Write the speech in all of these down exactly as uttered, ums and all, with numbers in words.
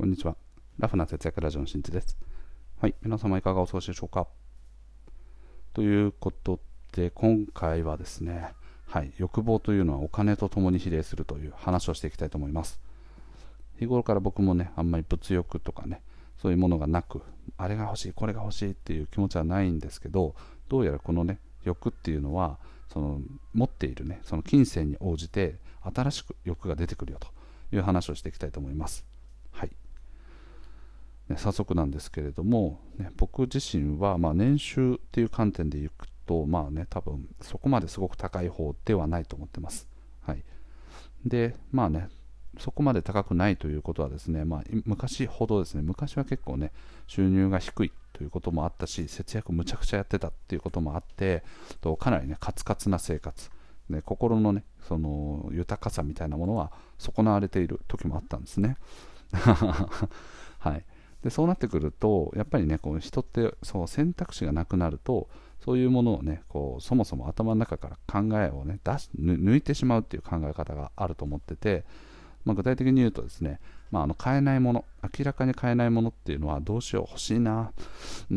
こんにちは。ラフな節約ラジオのしんちです。はい、皆様いかがお過ごしでしょうか。ということで、今回はですね、はい、欲望というのはお金とともに比例するという話をしていきたいと思います。日頃から僕もね、あんまり物欲とかね、そういうものがなく、あれが欲しい、これが欲しいっていう気持ちはないんですけど、どうやらこのね、欲っていうのは、その持っているね、その金銭に応じて新しく欲が出てくるよという話をしていきたいと思います。はい。ね、早速なんですけれども、ね、僕自身はまあ年収っていう観点でいくと、まあね、多分そこまですごく高い方ではないと思ってます。はい。で、まあね、そこまで高くないということはですね、まあ、昔ほどですね、昔は結構ね、収入が低いということもあったし、節約むちゃくちゃやってたっていうこともあって、とかなりね、カツカツな生活、ね、心のね、その豊かさみたいなものは損なわれている時もあったんですね。はい。でそうなってくると、やっぱりね、こう人ってそう選択肢がなくなると、そういうものをね、こうそもそも頭の中から考えをね出し抜いてしまうっていう考え方があると思ってて、まあ、具体的に言うとですね、まあ、あの買えないもの、明らかに買えないものっていうのは、どうしよう、欲しいな、うん、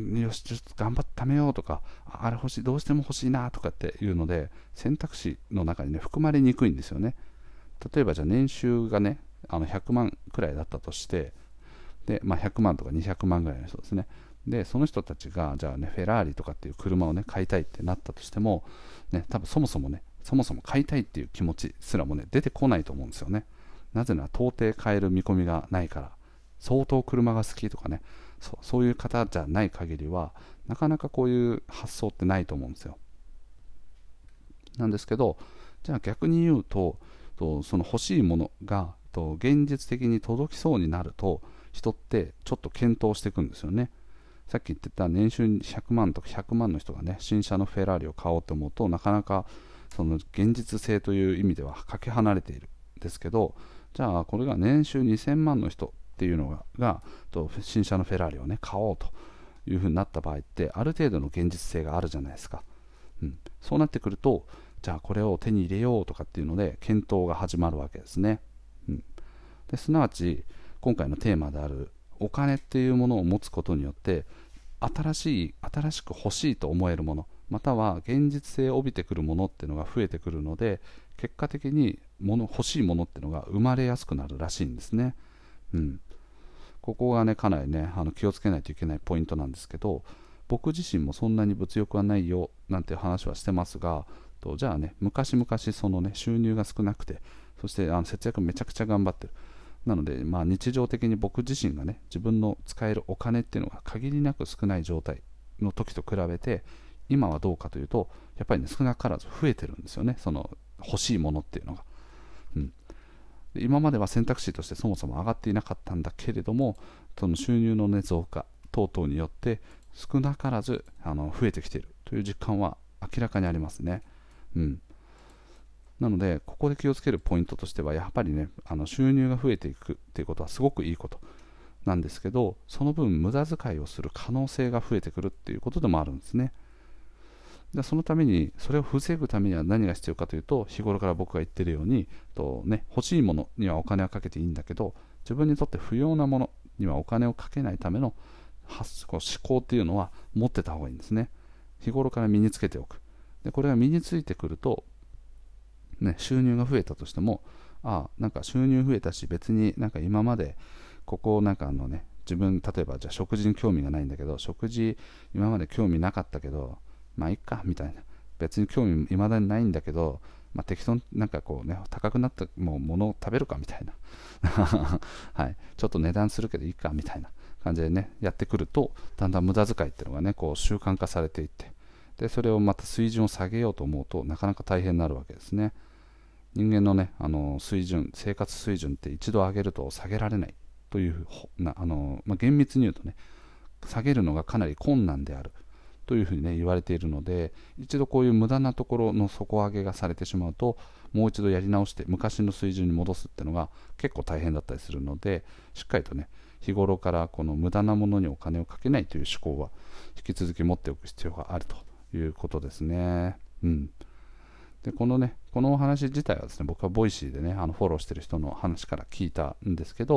よし、ちょっと頑張って貯めようとか、あれ欲しい、どうしても欲しいなとかっていうので、選択肢の中にね、含まれにくいんですよね。例えば、じゃあ年収がね、あのひゃくまんくらいだったとして、で、まあ、ひゃくまんとかにひゃくまんぐらいの人ですね。で、その人たちが、じゃあね、フェラーリとかっていう車をね、買いたいってなったとしても、ね、多分そもそもね、そもそも買いたいっていう気持ちすらもね、出てこないと思うんですよね。なぜなら、到底買える見込みがないから、相当車が好きとかね、そう、そういう方じゃない限りは、なかなかこういう発想ってないと思うんですよ。なんですけど、じゃあ逆に言うと、とその欲しいものがと現実的に届きそうになると、人ってちょっと検討していくんですよね。さっき言ってた年収ひゃくまんとかひゃくまんの人がね、新車のフェラーリを買おうと思うと、なかなかその現実性という意味ではかけ離れているんですけど、じゃあこれが年収にせんまんの人っていうのががと新車のフェラーリをね買おうというふうになった場合って、ある程度の現実性があるじゃないですか。うん、そうなってくると、じゃあこれを手に入れようとかっていうので検討が始まるわけですね。うん、ですなわち、今回のテーマであるお金っていうものを持つことによって、新しい新しく欲しいと思えるもの、または現実性を帯びてくるものっていうのが増えてくるので、結果的にもの欲しいものっていうのが生まれやすくなるらしいんですね。うん、ここがね、かなりね、あの気をつけないといけないポイントなんですけど、僕自身もそんなに物欲はないよなんて話はしてますが、とじゃあね、昔々そのね、収入が少なくて、そしてあの節約めちゃくちゃ頑張ってる。なので、まあ、日常的に僕自身がね、自分の使えるお金っていうのが限りなく少ない状態の時と比べて、今はどうかというと、やっぱりね、少なからず増えてるんですよね、その欲しいものっていうのが。うん、で今までは選択肢としてそもそも上がっていなかったんだけれども、その収入の、ね、増加等々によって少なからずあの増えてきているという実感は明らかにありますね。うん、なので、ここで気をつけるポイントとしては、やっぱりね、あの収入が増えていくっていうことはすごくいいことなんですけど、その分無駄遣いをする可能性が増えてくるっていうことでもあるんですね。でそのために、それを防ぐためには何が必要かというと、日頃から僕が言っているようにと、ね、欲しいものにはお金をかけていいんだけど、自分にとって不要なものにはお金をかけないための発こう思考っていうのは持ってた方がいいんですね。日頃から身につけておく。でこれが身についてくると、ね、収入が増えたとしても、ああ、なんか収入増えたし、別になんか今までここなんかあのね、自分例えばじゃあ食事に興味がないんだけど、食事今まで興味なかったけど、まあいっかみたいな、別に興味いまだにないんだけど、まあ、適当になんかこうね、高くなったもう物を食べるかみたいなはい、ちょっと値段するけどいいかみたいな感じでね、やってくると、だんだん無駄遣いっていうのがね、こう習慣化されていって、でそれをまた水準を下げようと思うとなかなか大変になるわけですね。人間のね、あの水準、生活水準って一度上げると下げられないというなあの、まあ、厳密に言うとね、下げるのがかなり困難であるというふうに、ね、言われているので、一度こういう無駄なところの底上げがされてしまうと、もう一度やり直して昔の水準に戻すっていうのが結構大変だったりするので、しっかりとね、日頃からこの無駄なものにお金をかけないという思考は引き続き持っておく必要があるということですね。うん。でこのね、このお話自体はですね、僕はボイシーでね、あのフォローしてる人の話から聞いたんですけど、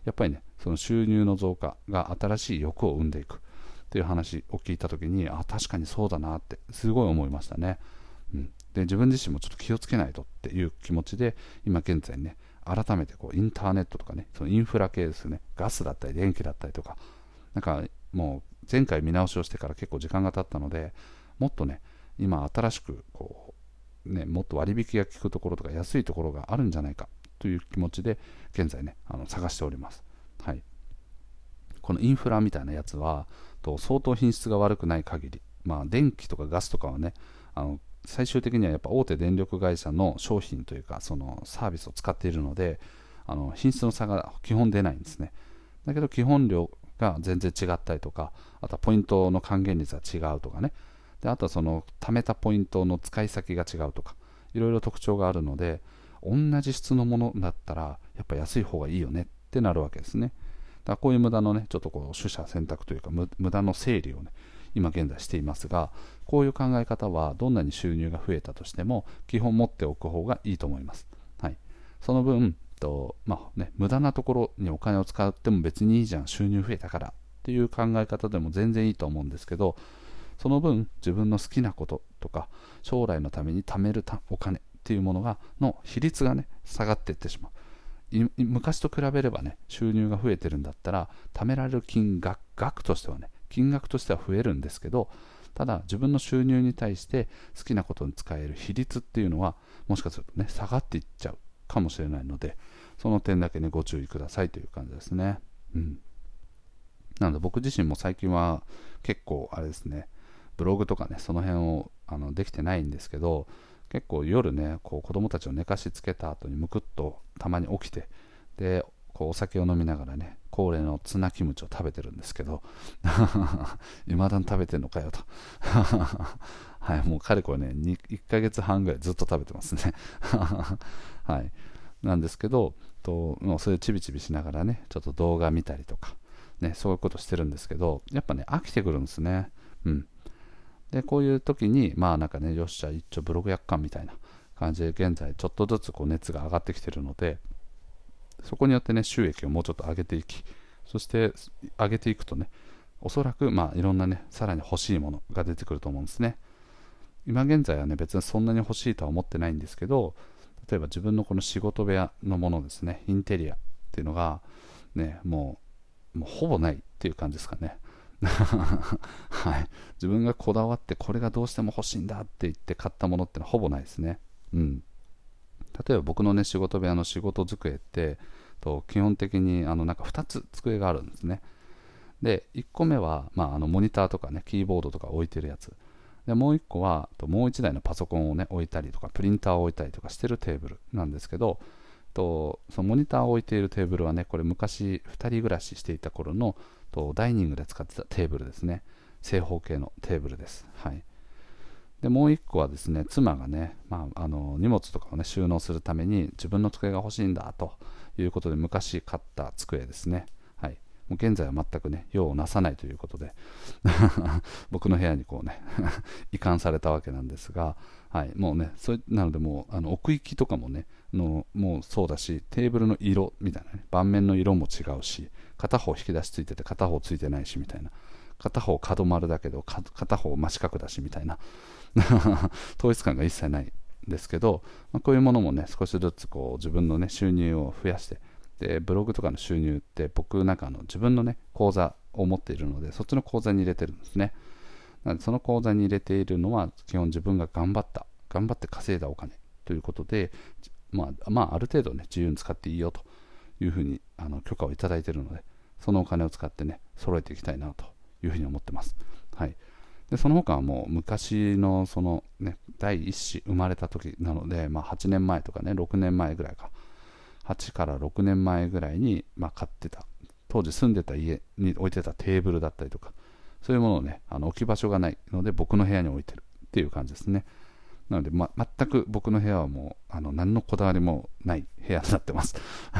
やっぱりね、その収入の増加が新しい欲を生んでいくっていう話を聞いたときに、あ、確かにそうだなってすごい思いましたね。うん、で自分自身もちょっと気をつけないとっていう気持ちで、今現在ね、改めてこうインターネットとかね、そのインフラ系ですね、ガスだったり電気だったりとか、なんかもう前回見直しをしてから結構時間が経ったので、もっとね、今新しくこう、ね、もっと割引が効くところとか安いところがあるんじゃないかという気持ちで現在ね、あの探しております。はい、このインフラみたいなやつはと相当品質が悪くない限り、まあ、電気とかガスとかはね、あの最終的にはやっぱ大手電力会社の商品というかそのサービスを使っているので、あの品質の差が基本出ないんですね。だけど基本量が全然違ったりとか、あとはポイントの還元率が違うとかね、であとはその貯めたポイントの使い先が違うとか、いろいろ特徴があるので、同じ質のものだったらやっぱ安い方がいいよねってなるわけですね。だからこういう無駄のね、ちょっとこう取捨選択というか無駄の整理をね、今現在していますが、こういう考え方はどんなに収入が増えたとしても基本持っておく方がいいと思います。はい、その分と、まあね、無駄なところにお金を使っても別にいいじゃん、収入増えたからっていう考え方でも全然いいと思うんですけど、その分自分の好きなこととか将来のために貯めるお金っていうものがの比率がね下がっていってしまう。昔と比べればね、収入が増えてるんだったら貯められる金額額としてはね、金額としては増えるんですけど、ただ自分の収入に対して好きなことに使える比率っていうのはもしかするとね下がっていっちゃうかもしれないので、その点だけねご注意くださいという感じですね。うん、なので僕自身も最近は結構あれですね、ブログとかねその辺をあのできてないんですけど、結構夜ねこう子供たちを寝かしつけた後にむくっとたまに起きて、でこうお酒を飲みながらね恒例のツナキムチを食べてるんですけどいまだに食べてんのかよとはい、もうかれこれねいっかげつはんぐらいずっと食べてますねはい、なんですけどともうそれちびちびしながらねちょっと動画見たりとかね、そういうことしてるんですけど、やっぱね飽きてくるんですね。うん、でこういう時にまあなんかね、よっしゃ一応ブログやっかみたいな感じで現在ちょっとずつこう熱が上がってきてるので、そこによってね収益をもうちょっと上げていき、そして上げていくとね、おそらくまあいろんなねさらに欲しいものが出てくると思うんですね。今現在はね別にそんなに欲しいとは思ってないんですけど、例えば自分のこの仕事部屋のものですね、インテリアっていうのがねもうもうほぼないっていう感じですかねはい、自分がこだわってこれがどうしても欲しいんだって言って買ったものってのはほぼないですね。うん、例えば僕のね仕事部屋の仕事机ってと基本的にあのなんかふたつ机があるんですね。でいっこめは、まあ、あのモニターとかねキーボードとか置いてるやつで、もういっこはともういちだいのパソコンをね置いたりとかプリンターを置いたりとかしてるテーブルなんですけど、とそのモニターを置いているテーブルはね、これ昔ふたり暮らししていた頃のとダイニングで使ってたテーブルですね。正方形のテーブルです。はい、でもういっこはですね、妻がね、まあ、あの荷物とかをね収納するために自分の机が欲しいんだということで昔買った机ですね。はい、もう現在は全くね用をなさないということで僕の部屋にこうね移管されたわけなんですが、はい、もうねそれなのでもうあの奥行きとかもねのもうそうだし、テーブルの色みたいなね、盤面の色も違うし、片方引き出しついてて片方ついてないしみたいな、片方角丸だけど片方真四角だしみたいな統一感が一切ないんですけど、まあ、こういうものもね少しずつこう自分のね収入を増やして、でブログとかの収入って僕なんかの自分のね口座を持っているので、そっちの口座に入れてるんですね。なのでその口座に入れているのは基本自分が頑張った頑張って稼いだお金ということで、まあ、まあある程度ね自由に使っていいよというふうにあの許可をいただいているので、そのお金を使ってね揃えていきたいなというふうに思ってます。はい、でその他はもう昔のそのね第一子生まれた時なので、まあ、はちねんまえとかねろくねんまえぐらいか、はちからろくねんまえぐらいに、まあ、買ってた当時住んでた家に置いてたテーブルだったりとか、そういうものをねあの置き場所がないので僕の部屋に置いてるっていう感じですね。なので、ま、全く僕の部屋はもうあの何のこだわりもない部屋になってます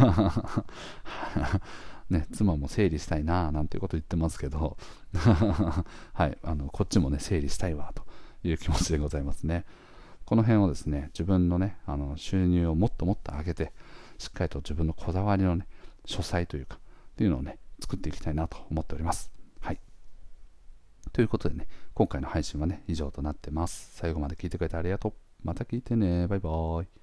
ね、妻も整理したいななんていうこと言ってますけどはい、あのこっちもね整理したいわという気持ちでございますね。この辺をですね自分のねあの収入をもっともっと上げて、しっかりと自分のこだわりのね書斎というかっていうのをね、作っていきたいなと思っております。はい。ということでね、今回の配信はね、以上となってます。最後まで聞いてくれてありがとう。また聞いてね。バイバーイ。